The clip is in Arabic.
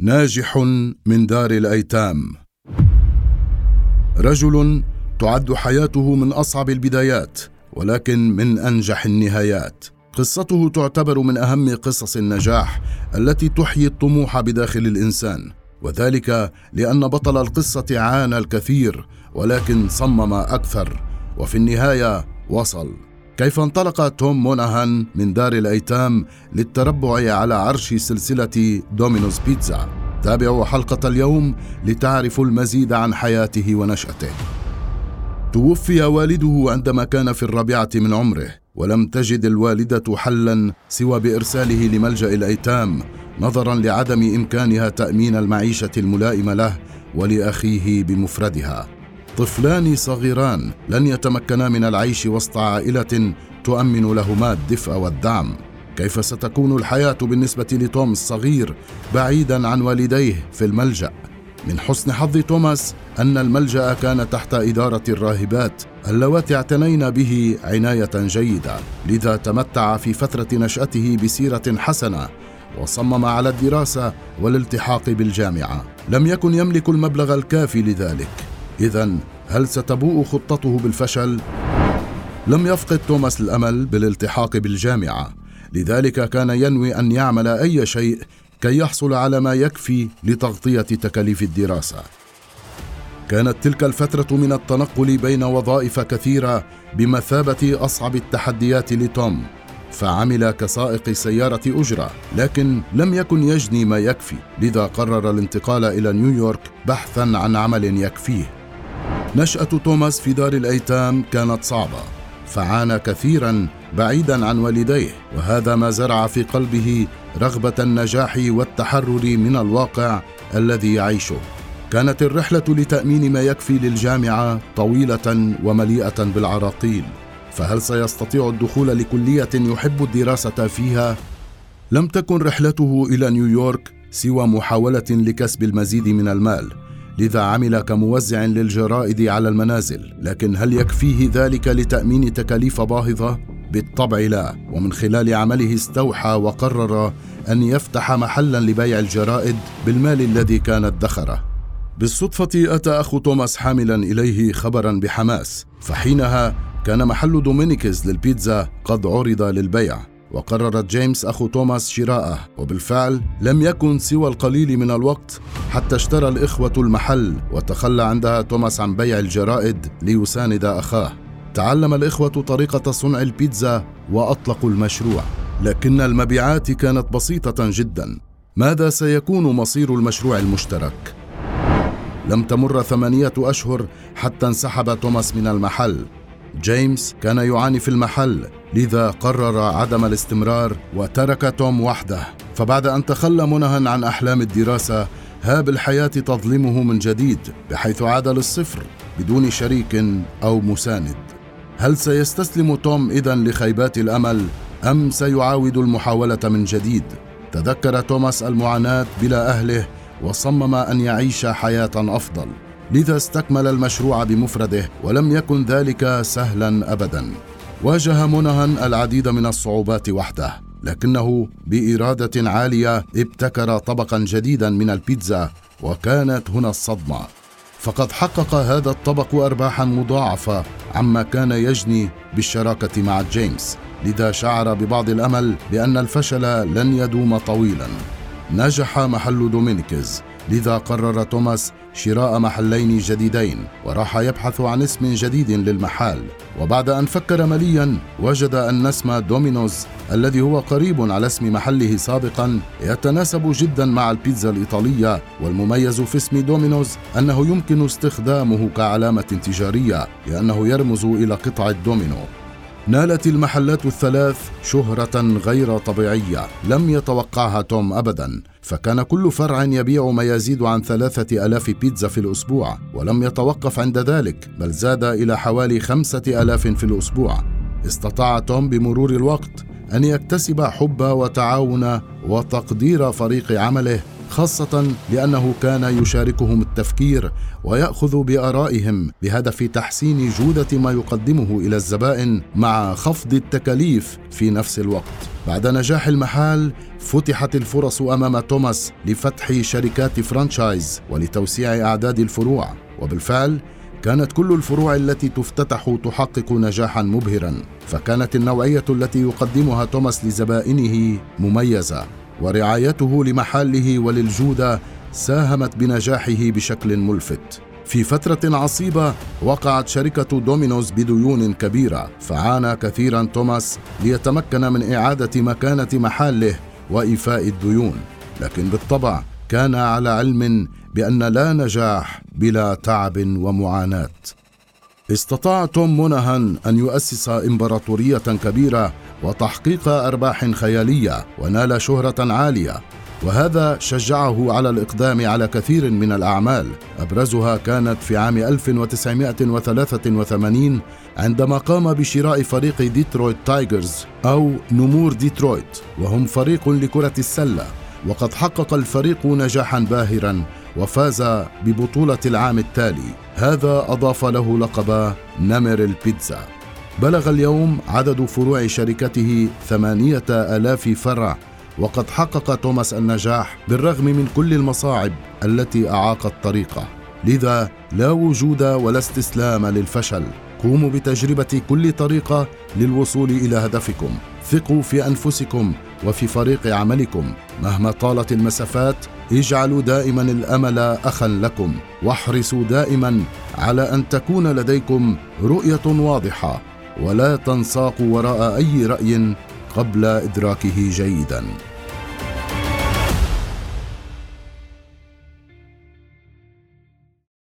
ناجح من دار الأيتام. رجل تعد حياته من أصعب البدايات ولكن من أنجح النهايات. قصته تعتبر من أهم قصص النجاح التي تحيي الطموح بداخل الإنسان، وذلك لأن بطل القصة عانى الكثير ولكن صمم أكثر وفي النهاية وصل. كيف انطلق توم موناهان من دار الأيتام للتربع على عرش سلسلة دومينوز بيتزا؟ تابعوا حلقة اليوم لتعرفوا المزيد عن حياته ونشأته. توفي والده عندما كان في 4 من عمره، ولم تجد الوالدة حلا سوى بإرساله لملجأ الأيتام نظرا لعدم إمكانها تأمين المعيشة الملائمة له ولأخيه بمفردها. طفلان صغيران لن يتمكنا من العيش وسط عائلة تؤمن لهما الدفء والدعم. كيف ستكون الحياة بالنسبة لتوم الصغير بعيدا عن والديه في الملجأ؟ من حسن حظ توماس أن الملجأ كان تحت إدارة الراهبات اللواتي اعتنين به عناية جيدة، لذا تمتع في فترة نشأته بسيرة حسنة وصمم على الدراسة والالتحاق بالجامعة. لم يكن يملك المبلغ الكافي لذلك، إذن هل ستبوء خطته بالفشل؟ لم يفقد توماس الأمل بالالتحاق بالجامعة، لذلك كان ينوي أن يعمل أي شيء كي يحصل على ما يكفي لتغطية تكاليف الدراسة. كانت تلك الفترة من التنقل بين وظائف كثيرة بمثابة أصعب التحديات لتوم، فعمل كسائق سيارة أجرة لكن لم يكن يجني ما يكفي، لذا قرر الانتقال إلى نيويورك بحثا عن عمل يكفيه. نشأة توماس في دار الأيتام كانت صعبة، فعانى كثيرا بعيدا عن والديه، وهذا ما زرع في قلبه رغبة النجاح والتحرر من الواقع الذي يعيشه. كانت الرحلة لتأمين ما يكفي للجامعة طويلة ومليئة بالعراقيل، فهل سيستطيع الدخول لكلية يحب الدراسة فيها؟ لم تكن رحلته إلى نيويورك سوى محاولة لكسب المزيد من المال، لذا عمل كموزع للجرائد على المنازل، لكن هل يكفيه ذلك لتأمين تكاليف باهظة؟ بالطبع لا، ومن خلال عمله استوحى وقرر أن يفتح محلا لبيع الجرائد بالمال الذي كان ادخره. بالصدفة أتى أخو توماس حاملا إليه خبرا بحماس، فحينها كان محل دومينيكز للبيتزا قد عرض للبيع، وقررت جيمس أخو توماس شراءه، وبالفعل لم يكن سوى القليل من الوقت حتى اشترى الإخوة المحل، وتخلى عندها توماس عن بيع الجرائد ليساند أخاه. تعلم الإخوة طريقة صنع البيتزا وأطلقوا المشروع، لكن المبيعات كانت بسيطة جدا. ماذا سيكون مصير المشروع المشترك؟ لم تمر 8 أشهر حتى انسحب توماس من المحل. جيمس كان يعاني في المحل، لذا قرر عدم الاستمرار وترك توم وحده. فبعد أن تخلى موناهان عن أحلام الدراسة، هاب الحياة تظلمه من جديد، بحيث عاد للصفر بدون شريك أو مساند. هل سيستسلم توم إذن لخيبات الأمل أم سيعاود المحاولة من جديد؟ تذكر توماس المعاناة بلا أهله وصمم أن يعيش حياة أفضل، لذا استكمل المشروع بمفرده، ولم يكن ذلك سهلا أبدا. واجه موناهان العديد من الصعوبات وحده، لكنه بإرادة عالية ابتكر طبقا جديدا من البيتزا، وكانت هنا الصدمة، فقد حقق هذا الطبق أرباحا مضاعفة عما كان يجني بالشراكة مع جيمس، لذا شعر ببعض الأمل بأن الفشل لن يدوم طويلا. نجح محل دومينيكز، لذا قرر توماس شراء محلين جديدين، وراح يبحث عن اسم جديد للمحل، وبعد أن فكر مليا وجد أن اسم دومينوز الذي هو قريب على اسم محله سابقا يتناسب جدا مع البيتزا الإيطالية، والمميز في اسم دومينوز أنه يمكن استخدامه كعلامة تجارية لأنه يرمز إلى قطع الدومينو. نالت المحلات الثلاث شهرة غير طبيعية لم يتوقعها توم أبدا، فكان كل فرع يبيع ما يزيد عن 3000 بيتزا في الأسبوع، ولم يتوقف عند ذلك بل زاد إلى حوالي 5000 في الأسبوع. استطاع توم بمرور الوقت أن يكتسب حب وتعاون وتقدير فريق عمله، خاصة لأنه كان يشاركهم التفكير ويأخذ بآرائهم بهدف تحسين جودة ما يقدمه إلى الزبائن مع خفض التكاليف في نفس الوقت. بعد نجاح المحال فتحت الفرص أمام توماس لفتح شركات فرانشايز ولتوسيع أعداد الفروع، وبالفعل كانت كل الفروع التي تفتتح تحقق نجاحا مبهرا، فكانت النوعية التي يقدمها توماس لزبائنه مميزة، ورعايته لمحله وللجودة ساهمت بنجاحه بشكل ملفت. في فترة عصيبة وقعت شركة دومينوز بديون كبيرة، فعانى كثيرا توماس ليتمكن من إعادة مكانة محله وإيفاء الديون، لكن بالطبع كان على علم بأن لا نجاح بلا تعب ومعاناة. استطاع توم موناهان أن يؤسس إمبراطورية كبيرة وتحقيق أرباح خيالية ونال شهرة عالية، وهذا شجعه على الإقدام على كثير من الأعمال. أبرزها كانت في عام 1983 عندما قام بشراء فريق ديترويت تايجرز أو نمور ديترويت، وهم فريق لكرة السلة، وقد حقق الفريق نجاحا باهرا وفاز ببطولة العام التالي. هذا أضاف له لقب نمر البيتزا. بلغ اليوم عدد فروع شركته 8,000 فرع، وقد حقق توماس النجاح بالرغم من كل المصاعب التي أعاقت طريقه. لذا لا وجود ولا استسلام للفشل. قوموا بتجربة كل طريقة للوصول إلى هدفكم. ثقوا في أنفسكم وفي فريق عملكم. مهما طالت المسافات اجعلوا دائما الأمل أخا لكم، واحرصوا دائما على أن تكون لديكم رؤية واضحة، ولا تنساقوا وراء أي رأي قبل إدراكه جيدا.